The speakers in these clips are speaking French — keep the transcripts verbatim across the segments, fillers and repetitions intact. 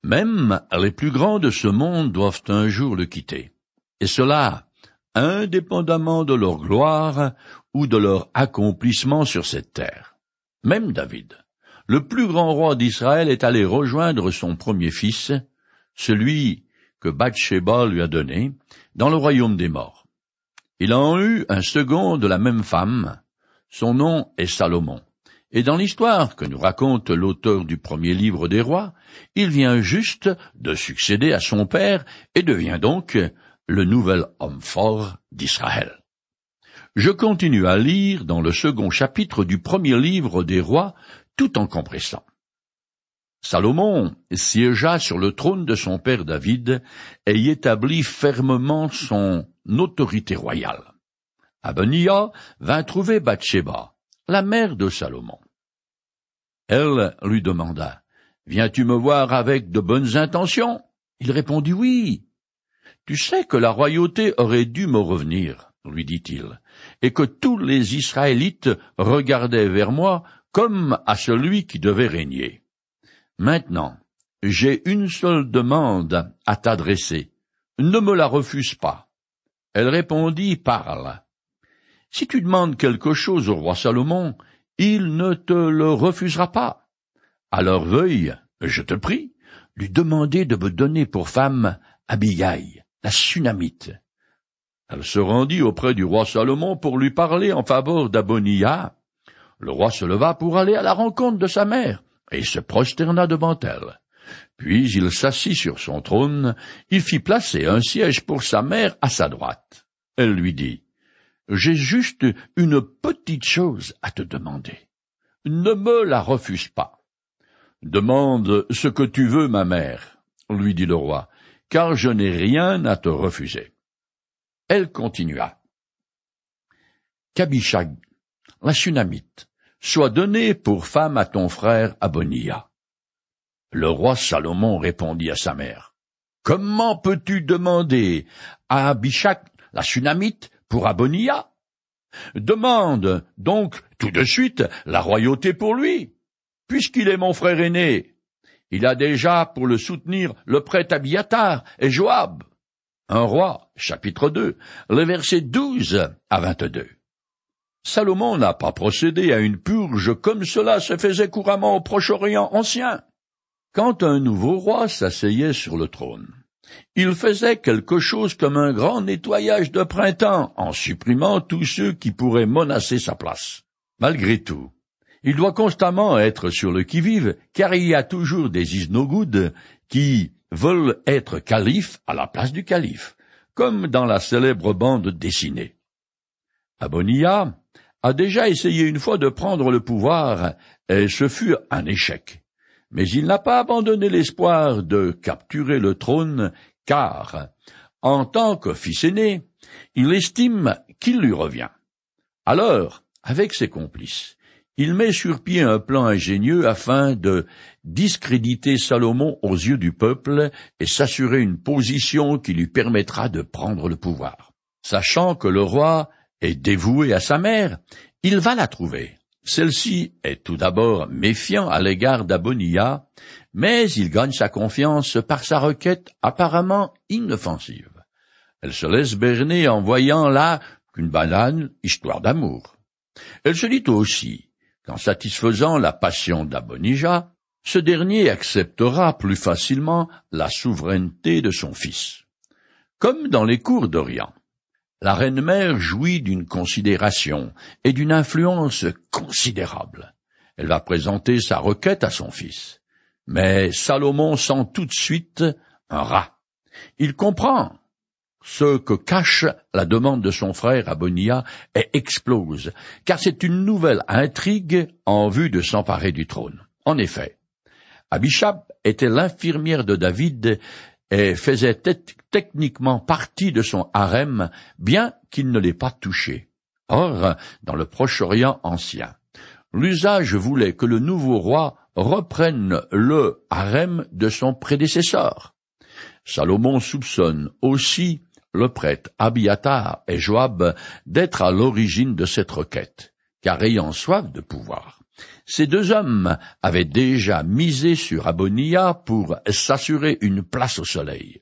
Même les plus grands de ce monde doivent un jour le quitter, et cela indépendamment de leur gloire ou de leur accomplissement sur cette terre. Même David, le plus grand roi d'Israël, est allé rejoindre son premier fils, celui que Bathsheba lui a donné, dans le royaume des morts. Il en eut un second de la même femme, son nom est Salomon. Et dans l'histoire que nous raconte l'auteur du premier livre des rois, il vient juste de succéder à son père et devient donc le nouvel homme fort d'Israël. Je continue à lire dans le second chapitre du premier livre des rois, tout en compressant. Salomon siégea sur le trône de son père David et y établit fermement son autorité royale. Adoniya vint trouver Bathsheba, la mère de Salomon. Elle lui demanda, « Viens-tu me voir avec de bonnes intentions ?» Il répondit, « Oui. »« Tu sais que la royauté aurait dû me revenir, » lui dit-il, « et que tous les Israélites regardaient vers moi comme à celui qui devait régner. Maintenant, j'ai une seule demande à t'adresser. Ne me la refuse pas. » Elle répondit, « Parle. » « Si tu demandes quelque chose au roi Salomon, il ne te le refusera pas. Alors veuille, je te prie, lui demander de me donner pour femme Abigaï, la Sunamite. » Elle se rendit auprès du roi Salomon pour lui parler en faveur d'Adoniya. Le roi se leva pour aller à la rencontre de sa mère, et se prosterna devant elle. Puis il s'assit sur son trône, il fit placer un siège pour sa mère à sa droite. Elle lui dit, « J'ai juste une petite chose à te demander. Ne me la refuse pas. »« Demande ce que tu veux, ma mère, » lui dit le roi, « car je n'ai rien à te refuser. » Elle continua. « Qu'Abishag, la Sunamite, soit donnée pour femme à ton frère Adoniya. » Le roi Salomon répondit à sa mère, « Comment peux-tu demander à Abishag, la Sunamite, pour Adoniya? Demande donc tout de suite la royauté pour lui, puisqu'il est mon frère aîné. Il a déjà pour le soutenir le prêtre Abiatar et Joab. » Un roi, chapitre deux, le verset douze à vingt-deux. Salomon n'a pas procédé à une purge comme cela se faisait couramment au Proche-Orient ancien. Quand un nouveau roi s'asseyait sur le trône, il faisait quelque chose comme un grand nettoyage de printemps en supprimant tous ceux qui pourraient menacer sa place. Malgré tout, il doit constamment être sur le qui-vive, car il y a toujours des isnogoudes qui veulent être calife à la place du calife, comme dans la célèbre bande dessinée. Adoniya a déjà essayé une fois de prendre le pouvoir, et ce fut un échec. Mais il n'a pas abandonné l'espoir de capturer le trône, car, en tant que fils aîné, il estime qu'il lui revient. Alors, avec ses complices, il met sur pied un plan ingénieux afin de discréditer Salomon aux yeux du peuple et s'assurer une position qui lui permettra de prendre le pouvoir. Sachant que le roi est dévoué à sa mère, il va la trouver. Celle-ci est tout d'abord méfiant à l'égard d'Adoniya, mais il gagne sa confiance par sa requête apparemment inoffensive. Elle se laisse berner en voyant là qu'une banale histoire d'amour. Elle se dit aussi qu'en satisfaisant la passion d'Adonija, ce dernier acceptera plus facilement la souveraineté de son fils. Comme dans les cours d'Orient, la reine-mère jouit d'une considération et d'une influence considérable. Elle va présenter sa requête à son fils. Mais Salomon sent tout de suite un rat. Il comprend ce que cache la demande de son frère Adoniya et explose, car c'est une nouvelle intrigue en vue de s'emparer du trône. En effet, Abishag était l'infirmière de David et faisait techniquement partie de son harem, bien qu'il ne l'ait pas touché. Or, dans le Proche-Orient ancien, l'usage voulait que le nouveau roi reprenne le harem de son prédécesseur. Salomon soupçonne aussi le prêtre Abiatar et Joab d'être à l'origine de cette requête, car ayant soif de pouvoir, Ces deux hommes avaient déjà misé sur Abonia pour s'assurer une place au soleil.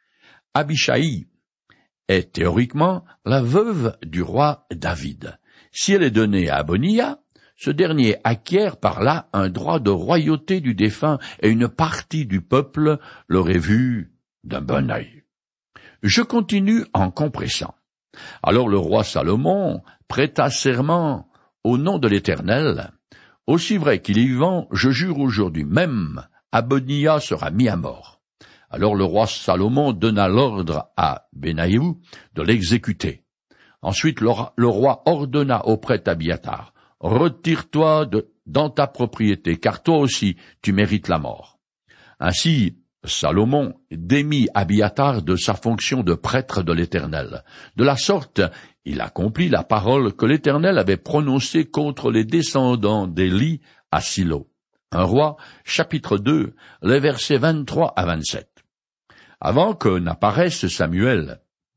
Abishai est théoriquement la veuve du roi David. Si elle est donnée à Abonia, ce dernier acquiert par là un droit de royauté du défunt et une partie du peuple l'aurait vu d'un bon œil. Je continue en compressant. Alors le roi Salomon prêta serment au nom de l'Éternel. Aussi vrai qu'il est vivant, je jure aujourd'hui même, Abonia sera mis à mort. Alors le roi Salomon donna l'ordre à Benaïou de l'exécuter. Ensuite le, le roi ordonna au prêtre Abiatar, retire-toi de, dans ta propriété, car toi aussi tu mérites la mort. Ainsi, Salomon démit Abiatar de sa fonction de prêtre de l'Éternel. De la sorte, il accomplit la parole que l'Éternel avait prononcée contre les descendants d'Élie à Silo. Un roi, chapitre deux, les versets vingt-trois à vingt-sept. Avant que n'apparaisse Samuel,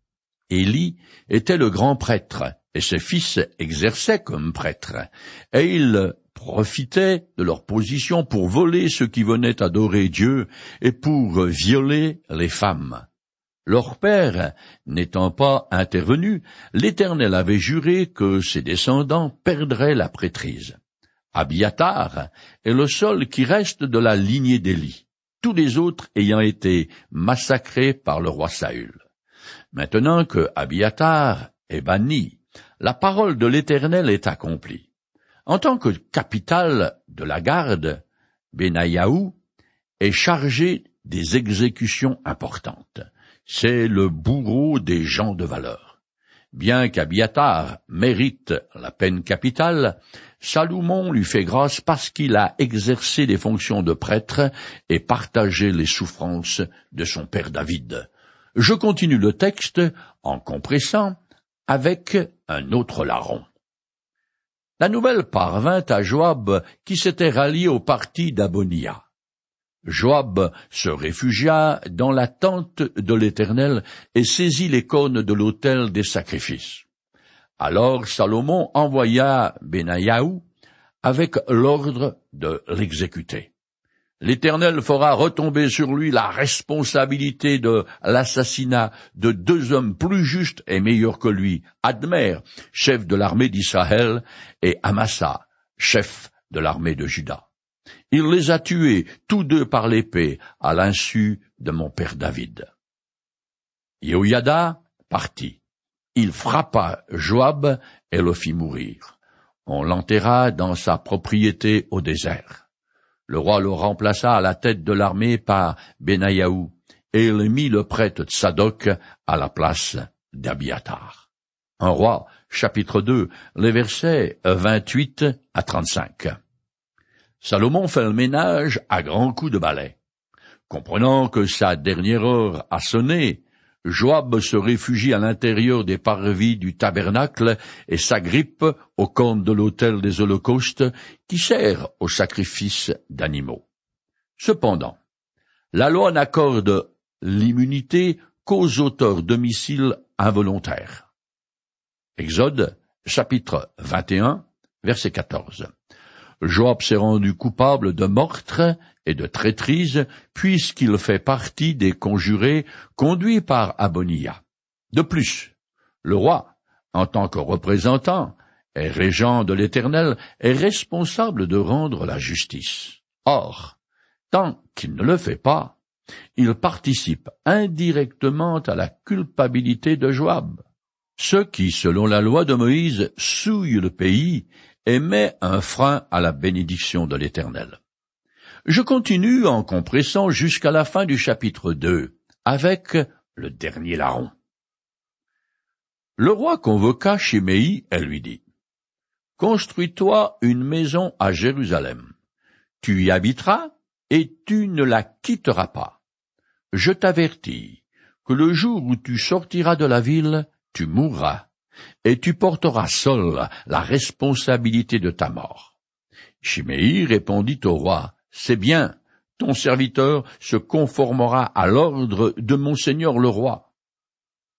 Élie était le grand prêtre, et ses fils exerçaient comme prêtres, et ils profitaient de leur position pour voler ceux qui venaient adorer Dieu et pour violer les femmes. Leur père n'étant pas intervenu, l'Éternel avait juré que ses descendants perdraient la prêtrise. Abiatar est le seul qui reste de la lignée d'Élie, tous les autres ayant été massacrés par le roi Saül. Maintenant que Abiatar est banni, la parole de l'Éternel est accomplie. En tant que capitale de la garde, Benaïaou est chargé des exécutions importantes. C'est le bourreau des gens de valeur. Bien qu'Abiatar mérite la peine capitale, Salomon lui fait grâce parce qu'il a exercé des fonctions de prêtre et partagé les souffrances de son père David. Je continue le texte en compressant avec un autre larron. La nouvelle parvint à Joab qui s'était rallié au parti d'Abonia. Joab se réfugia dans la tente de l'Éternel et saisit les cônes de l'autel des sacrifices. Alors Salomon envoya Benaïaou avec l'ordre de l'exécuter. L'Éternel fera retomber sur lui la responsabilité de l'assassinat de deux hommes plus justes et meilleurs que lui, Admer, chef de l'armée d'Israël, et Amasa, chef de l'armée de Juda. Il les a tués tous deux par l'épée, à l'insu de mon père David. Yehoïada partit. Il frappa Joab et le fit mourir. On l'enterra dans sa propriété au désert. Le roi le remplaça à la tête de l'armée par Benaïaou, et il mit le prêtre Tsadok à la place d'Abiatar. Un roi, chapitre deux, les versets vingt-huit à trente-cinq. Salomon fait le ménage à grands coups de balai. Comprenant que sa dernière heure a sonné, Joab se réfugie à l'intérieur des parvis du tabernacle et s'agrippe aux cornes de l'autel des holocaustes qui sert au sacrifice d'animaux. Cependant, la loi n'accorde l'immunité qu'aux auteurs d'homicides involontaires. Exode, chapitre vingt et un, verset quatorze. Joab s'est rendu coupable de meurtre et de traîtrise, puisqu'il fait partie des conjurés conduits par Abonia. De plus, le roi, en tant que représentant et régent de l'Éternel, est responsable de rendre la justice. Or, tant qu'il ne le fait pas, il participe indirectement à la culpabilité de Joab. Ce qui, selon la loi de Moïse, souille le pays et met un frein à la bénédiction de l'Éternel. Je continue en compressant jusqu'à la fin du chapitre deux, avec le dernier larron. Le roi convoqua Chiméi et lui dit, « Construis-toi une maison à Jérusalem. Tu y habiteras et tu ne la quitteras pas. Je t'avertis que le jour où tu sortiras de la ville, tu mourras, et tu porteras seul la responsabilité de ta mort. » Chiméi répondit au roi, « C'est bien, ton serviteur se conformera à l'ordre de mon seigneur le roi. »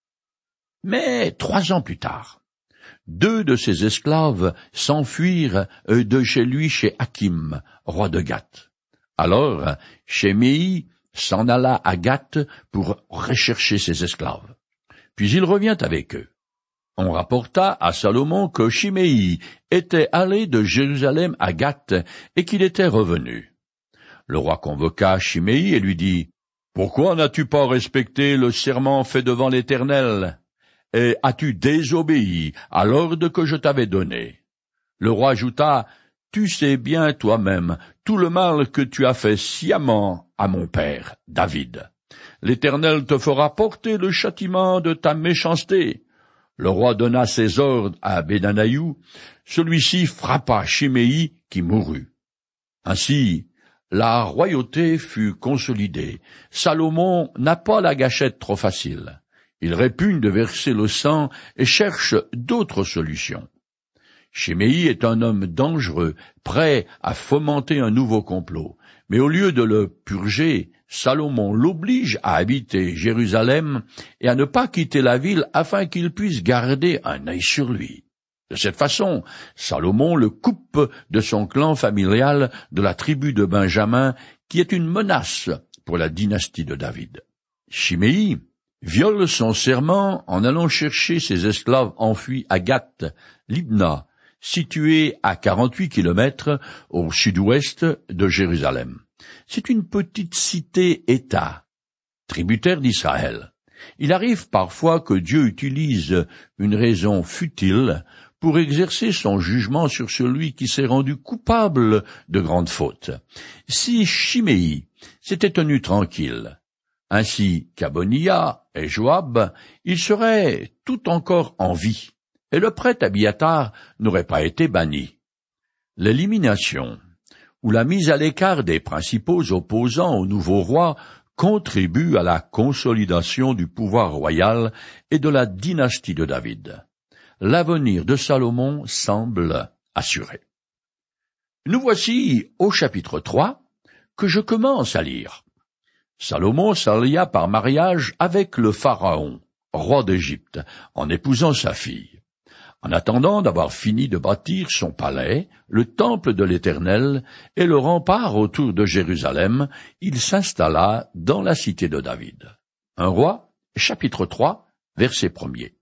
Mais trois ans plus tard, deux de ses esclaves s'enfuirent de chez lui chez Hakim, roi de Gath. Alors, Shimei s'en alla à Gath pour rechercher ses esclaves. Puis il revient avec eux. On rapporta à Salomon que Shimei était allé de Jérusalem à Gath et qu'il était revenu. Le roi convoqua Shimei et lui dit, « Pourquoi n'as-tu pas respecté le serment fait devant l'Éternel? Et as-tu désobéi à l'ordre que je t'avais donné? » Le roi ajouta, « Tu sais bien toi-même tout le mal que tu as fait sciemment à mon père, David. L'Éternel te fera porter le châtiment de ta méchanceté. » Le roi donna ses ordres à Bédanaïou, celui-ci frappa Shimei qui mourut. Ainsi, la royauté fut consolidée. Salomon n'a pas la gâchette trop facile. Il répugne de verser le sang et cherche d'autres solutions. Shimei est un homme dangereux, prêt à fomenter un nouveau complot. Mais au lieu de le purger, Salomon l'oblige à habiter Jérusalem et à ne pas quitter la ville afin qu'il puisse garder un œil sur lui. De cette façon, Salomon le coupe de son clan familial de la tribu de Benjamin, qui est une menace pour la dynastie de David. Shimei viole son serment en allant chercher ses esclaves enfuis à Gath, Libna, située à quarante-huit kilomètres au sud-ouest de Jérusalem. C'est une petite cité-État, tributaire d'Israël. Il arrive parfois que Dieu utilise une raison futile pour exercer son jugement sur celui qui s'est rendu coupable de grandes fautes. Si Shimei s'était tenu tranquille, ainsi qu'Abonia et Joab, il serait tout encore en vie, et le prêtre Abiatar n'aurait pas été banni. L'élimination ou la mise à l'écart des principaux opposants au nouveau roi contribue à la consolidation du pouvoir royal et de la dynastie de David. L'avenir de Salomon semble assuré. Nous voici au chapitre trois, que je commence à lire. Salomon s'allia par mariage avec le Pharaon, roi d'Égypte, en épousant sa fille. En attendant d'avoir fini de bâtir son palais, le temple de l'Éternel et le rempart autour de Jérusalem, il s'installa dans la cité de David. Un roi, chapitre trois, verset premier.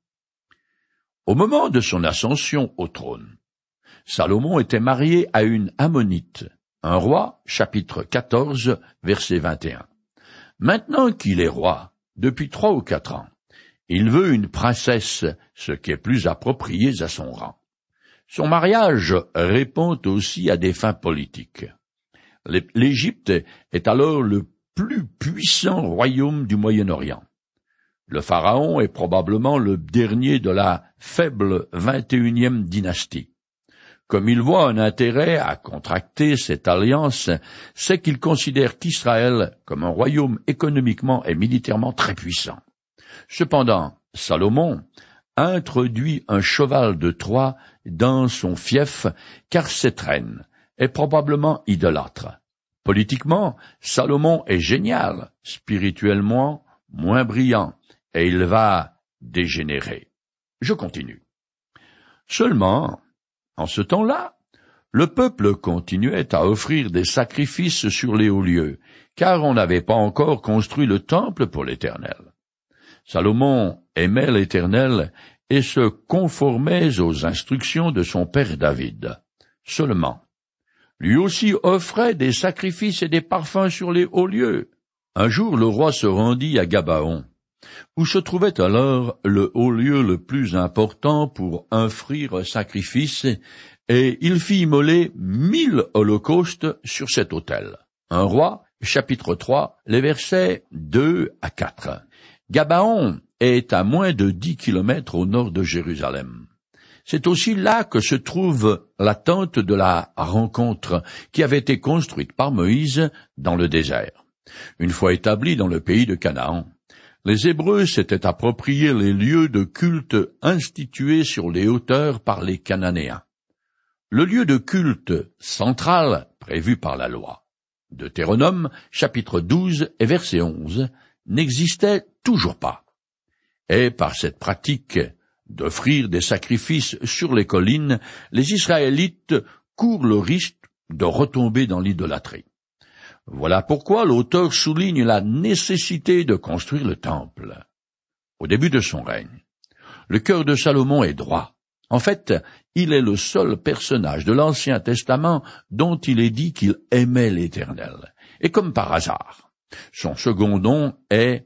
Au moment de son ascension au trône, Salomon était marié à une Ammonite. Un roi, chapitre quatorze, verset vingt et un. Maintenant qu'il est roi, depuis trois ou quatre ans, il veut une princesse, ce qui est plus approprié à son rang. Son mariage répond aussi à des fins politiques. L'Égypte est alors le plus puissant royaume du Moyen-Orient. Le Pharaon est probablement le dernier de la faible vingt et unième dynastie. Comme il voit un intérêt à contracter cette alliance, c'est qu'il considère qu'Israël comme un royaume économiquement et militairement très puissant. Cependant, Salomon introduit un cheval de Troie dans son fief, car cette reine est probablement idolâtre. Politiquement, Salomon est génial, spirituellement moins brillant, et il va dégénérer. Je continue. Seulement, en ce temps-là, le peuple continuait à offrir des sacrifices sur les hauts lieux, car on n'avait pas encore construit le temple pour l'Éternel. Salomon aimait l'Éternel et se conformait aux instructions de son père David. Seulement, lui aussi offrait des sacrifices et des parfums sur les hauts lieux. Un jour, le roi se rendit à Gabaon, où se trouvait alors le haut lieu le plus important pour offrir un sacrifice, et il fit immoler mille holocaustes sur cet autel. Un roi, chapitre trois, les versets deux à quatre. Gabaon est à moins de dix kilomètres au nord de Jérusalem. C'est aussi là que se trouve la tente de la rencontre qui avait été construite par Moïse dans le désert. Une fois établis dans le pays de Canaan, les Hébreux s'étaient approprié les lieux de culte institués sur les hauteurs par les Cananéens. Le lieu de culte central prévu par la loi, Deutéronome, chapitre douze et verset onze, n'existait toujours pas. Et par cette pratique d'offrir des sacrifices sur les collines, les Israélites courent le risque de retomber dans l'idolâtrie. Voilà pourquoi l'auteur souligne la nécessité de construire le temple. Au début de son règne, le cœur de Salomon est droit. En fait, il est le seul personnage de l'Ancien Testament dont il est dit qu'il aimait l'Éternel. Et comme par hasard, son second nom est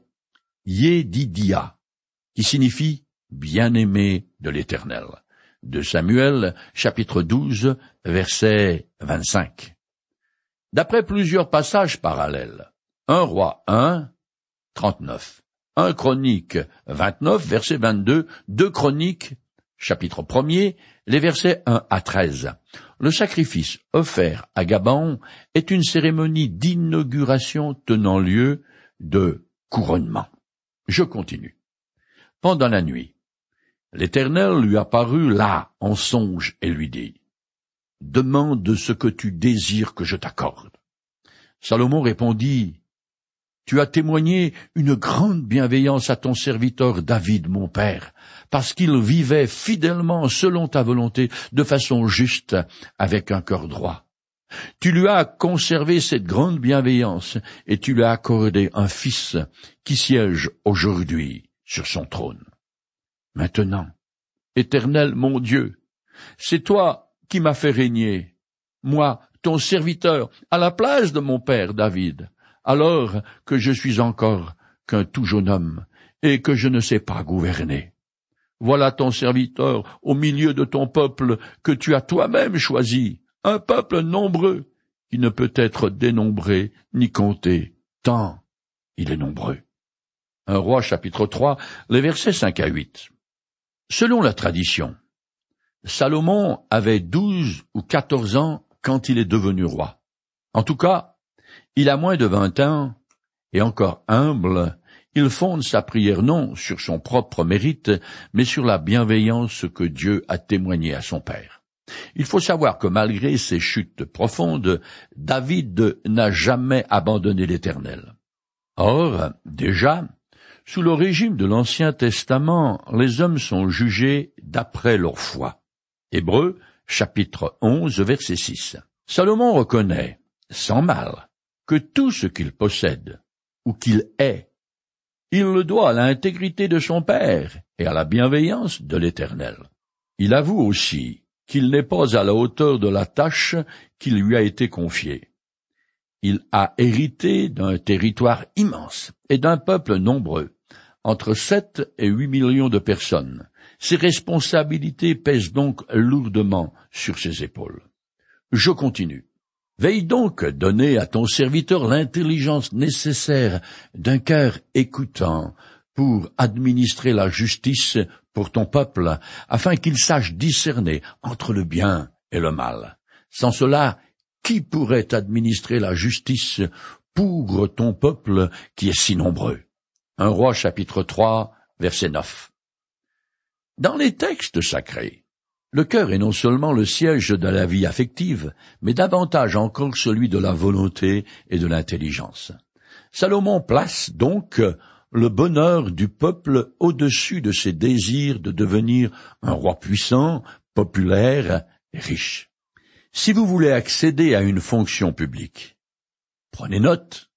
Yédidia, qui signifie bien-aimé de l'Éternel. De Samuel, chapitre douze, verset vingt-cinq. D'après plusieurs passages parallèles, un roi un, trente-neuf, un Chronique vingt-neuf, verset vingt-deux, deux Chroniques, chapitre premier, les versets un à treize. Le sacrifice offert à Gabaon est une cérémonie d'inauguration tenant lieu de couronnement. Je continue. Pendant la nuit, l'Éternel lui apparut là en songe et lui dit, « Demande ce que tu désires que je t'accorde. » Salomon répondit, « Tu as témoigné une grande bienveillance à ton serviteur David, mon père, parce qu'il vivait fidèlement selon ta volonté, de façon juste, avec un cœur droit. Tu lui as conservé cette grande bienveillance, et tu lui as accordé un fils qui siège aujourd'hui sur son trône. Maintenant, Éternel mon Dieu, c'est toi qui m'as fait régner, moi, ton serviteur, à la place de mon père David, alors que je suis encore qu'un tout jeune homme, et que je ne sais pas gouverner. Voilà ton serviteur au milieu de ton peuple que tu as toi-même choisi, un peuple nombreux, qui ne peut être dénombré ni compté, tant il est nombreux. » Un roi, chapitre trois, les versets cinq à huit. Selon la tradition, Salomon avait douze ou quatorze ans quand il est devenu roi. En tout cas, il a moins de vingt ans, et encore humble, il fonde sa prière non sur son propre mérite, mais sur la bienveillance que Dieu a témoignée à son père. Il faut savoir que malgré ses chutes profondes, David n'a jamais abandonné l'Éternel. Or, déjà, sous le régime de l'Ancien Testament, les hommes sont jugés d'après leur foi. Hébreux, chapitre onze, verset six. Salomon reconnaît, sans mal, que tout ce qu'il possède, ou qu'il est, il le doit à l'intégrité de son père et à la bienveillance de l'Éternel. Il avoue aussi qu'il n'est pas à la hauteur de la tâche qui lui a été confiée. Il a hérité d'un territoire immense et d'un peuple nombreux, entre sept et huit millions de personnes. Ses responsabilités pèsent donc lourdement sur ses épaules. Je continue. Veille donc donner à ton serviteur l'intelligence nécessaire d'un cœur écoutant pour administrer la justice pour ton peuple, afin qu'il sache discerner entre le bien et le mal. Sans cela, qui pourrait administrer la justice pour ton peuple qui est si nombreux? Un roi chapitre trois, verset neuf. Dans les textes sacrés, le cœur est non seulement le siège de la vie affective, mais davantage encore celui de la volonté et de l'intelligence. Salomon place donc le bonheur du peuple au-dessus de ses désirs de devenir un roi puissant, populaire et riche. Si vous voulez accéder à une fonction publique, prenez note.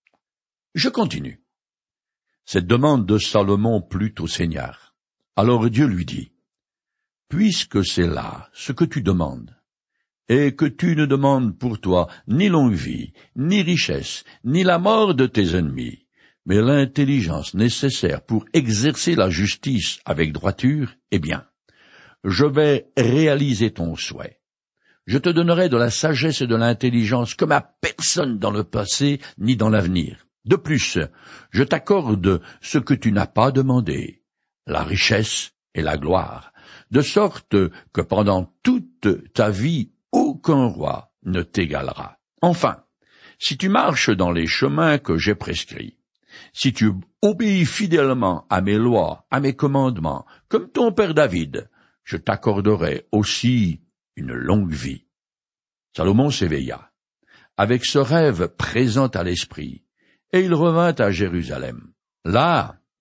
Je continue. Cette demande de Salomon plut au Seigneur. Alors Dieu lui dit, « Puisque c'est là ce que tu demandes, et que tu ne demandes pour toi ni longue vie, ni richesse, ni la mort de tes ennemis, mais l'intelligence nécessaire pour exercer la justice avec droiture, eh bien, je vais réaliser ton souhait. Je te donnerai de la sagesse et de l'intelligence comme à personne dans le passé ni dans l'avenir. De plus, je t'accorde ce que tu n'as pas demandé, la richesse et la gloire, de sorte que pendant toute ta vie, aucun roi ne t'égalera. Enfin, si tu marches dans les chemins que j'ai prescrits, si tu obéis fidèlement à mes lois, à mes commandements, comme ton père David, je t'accorderai aussi une longue vie. » Salomon s'éveilla, avec ce rêve présent à l'esprit, et il revint à Jérusalem. Là,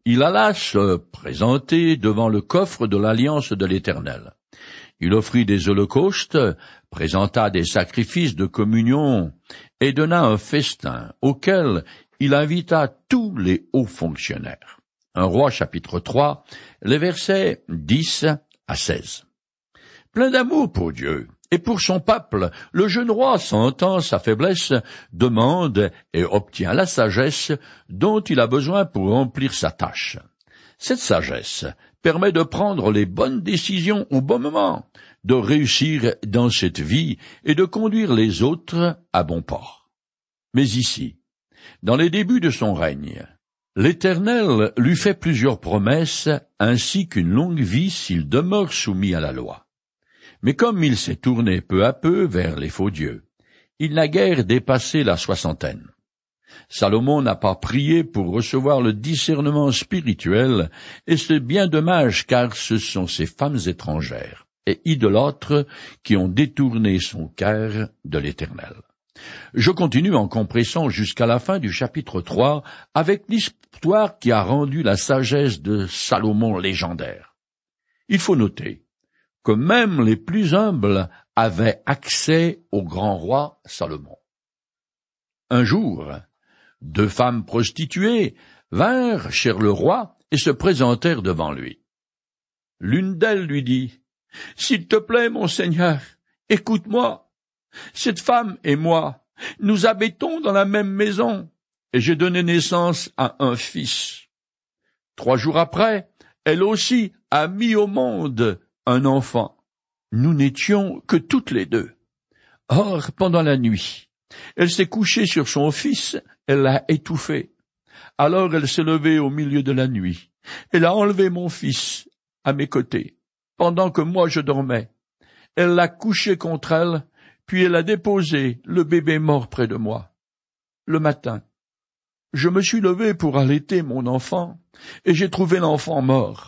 il alla se présenter devant le coffre de l'alliance de l'Éternel. Il offrit des holocaustes, présenta des sacrifices de communion et donna un festin auquel il invita tous les hauts fonctionnaires. Un roi chapitre trois, les versets dix à seize. Plein d'amour pour Dieu et pour son peuple, le jeune roi, sentant sa faiblesse, demande et obtient la sagesse dont il a besoin pour remplir sa tâche. Cette sagesse permet de prendre les bonnes décisions au bon moment, de réussir dans cette vie et de conduire les autres à bon port. Mais ici, dans les débuts de son règne, l'Éternel lui fait plusieurs promesses ainsi qu'une longue vie s'il demeure soumis à la loi. Mais comme il s'est tourné peu à peu vers les faux dieux, il n'a guère dépassé la soixantaine. Salomon n'a pas prié pour recevoir le discernement spirituel, et c'est bien dommage car ce sont ces femmes étrangères et idolâtres qui ont détourné son cœur de l'Éternel. Je continue en compressant jusqu'à la fin du chapitre trois avec l'histoire qui a rendu la sagesse de Salomon légendaire. Il faut noter que même les plus humbles avaient accès au grand roi Salomon. Un jour, deux femmes prostituées vinrent chez le roi et se présentèrent devant lui. L'une d'elles lui dit, « S'il te plaît, mon Seigneur, écoute-moi. Cette femme et moi, nous habitons dans la même maison, et j'ai donné naissance à un fils. Trois jours après, elle aussi a mis au monde un enfant. Nous n'étions que toutes les deux. Or, pendant la nuit, elle s'est couchée sur son fils, elle l'a étouffé. Alors elle s'est levée au milieu de la nuit. Elle a enlevé mon fils à mes côtés, pendant que moi je dormais. Elle l'a couché contre elle, puis elle a déposé le bébé mort près de moi. Le matin, je me suis levé pour allaiter mon enfant, et j'ai trouvé l'enfant mort.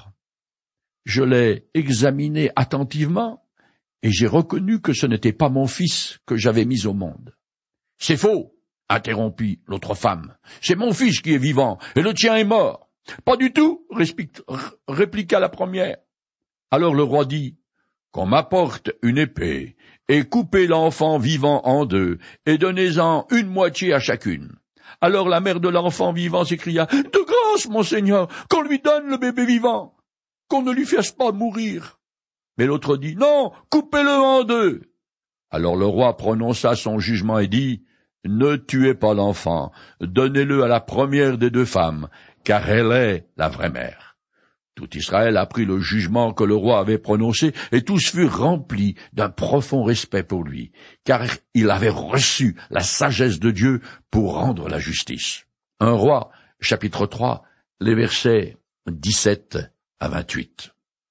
Je l'ai examiné attentivement, et j'ai reconnu que ce n'était pas mon fils que j'avais mis au monde. « C'est faux !» interrompit l'autre femme. « C'est mon fils qui est vivant, et le tien est mort. »« Pas du tout !» répliqua la première. Alors le roi dit, « Qu'on m'apporte une épée, et coupez l'enfant vivant en deux, et donnez-en une moitié à chacune. » Alors la mère de l'enfant vivant s'écria, « De grâce, mon Seigneur, qu'on lui donne le bébé vivant, qu'on ne lui fasse pas mourir. » Mais l'autre dit, « Non, coupez-le en deux. » Alors le roi prononça son jugement et dit, « Ne tuez pas l'enfant, donnez-le à la première des deux femmes, car elle est la vraie mère. » Tout Israël apprit le jugement que le roi avait prononcé, et tous furent remplis d'un profond respect pour lui, car il avait reçu la sagesse de Dieu pour rendre la justice. Un roi, chapitre trois, les versets dix-sept à vingt-huit.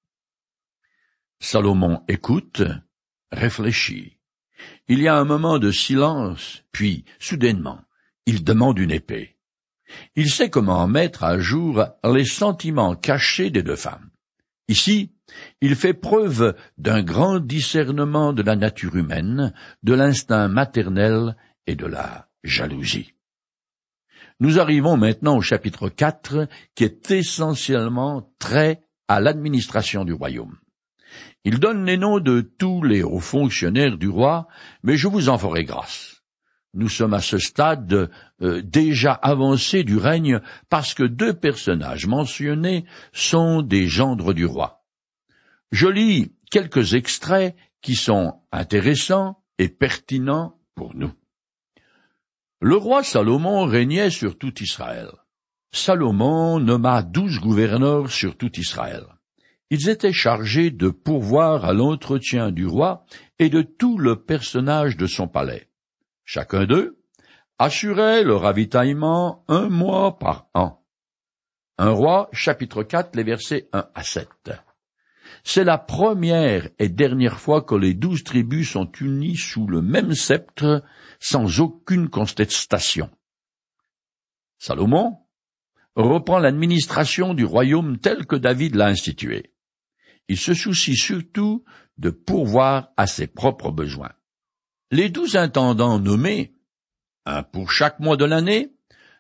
Salomon écoute, réfléchit. Il y a un moment de silence, puis, soudainement, il demande une épée. Il sait comment mettre à jour les sentiments cachés des deux femmes. Ici, il fait preuve d'un grand discernement de la nature humaine, de l'instinct maternel et de la jalousie. Nous arrivons maintenant au chapitre quatre, qui est essentiellement trait à l'administration du royaume. Il donne les noms de tous les hauts fonctionnaires du roi, mais je vous en ferai grâce. Nous sommes à ce stade euh, déjà avancé du règne parce que deux personnages mentionnés sont des gendres du roi. Je lis quelques extraits qui sont intéressants et pertinents pour nous. Le roi Salomon régnait sur tout Israël. Salomon nomma douze gouverneurs sur tout Israël. Ils étaient chargés de pourvoir à l'entretien du roi et de tout le personnage de son palais. Chacun d'eux assurait le ravitaillement un mois par an. Un roi, chapitre quatre, les versets un à sept. C'est la première et dernière fois que les douze tribus sont unies sous le même sceptre sans aucune contestation. Salomon reprend l'administration du royaume tel que David l'a institué. Il se soucie surtout de pourvoir à ses propres besoins. Les douze intendants nommés, un pour chaque mois de l'année,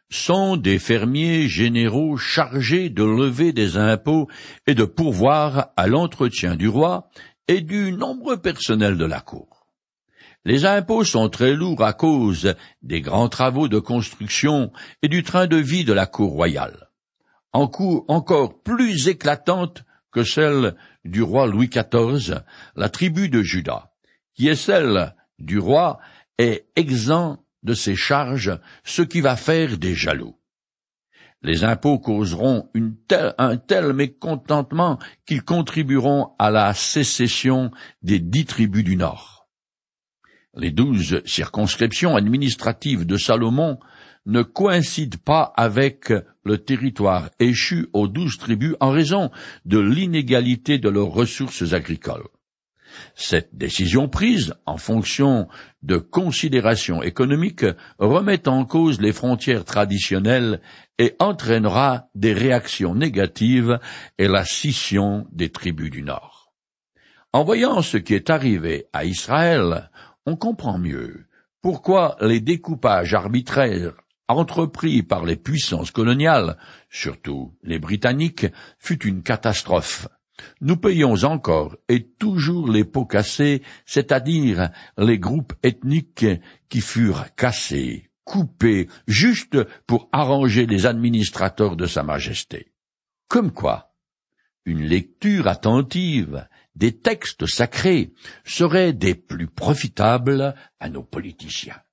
sont des fermiers généraux chargés de lever des impôts et de pourvoir à l'entretien du roi et du nombreux personnel de la cour. Les impôts sont très lourds à cause des grands travaux de construction et du train de vie de la cour royale, en cour encore plus éclatante que celle du roi Louis quatorze, la tribu de Juda, qui est celle du roi, est exempt de ces charges, ce qui va faire des jaloux. Les impôts causeront une telle, un tel mécontentement qu'ils contribueront à la sécession des dix tribus du Nord. Les douze circonscriptions administratives de Salomon ne coïncident pas avec le territoire échu aux douze tribus en raison de l'inégalité de leurs ressources agricoles. Cette décision prise en fonction de considérations économiques remet en cause les frontières traditionnelles et entraînera des réactions négatives et la scission des tribus du Nord. En voyant ce qui est arrivé à Israël, on comprend mieux pourquoi les découpages arbitraires entrepris par les puissances coloniales, surtout les Britanniques, fut une catastrophe. Nous payons encore et toujours les pots cassés, c'est-à-dire les groupes ethniques qui furent cassés, coupés, juste pour arranger les administrateurs de Sa Majesté. Comme quoi, une lecture attentive des textes sacrés serait des plus profitables à nos politiciens.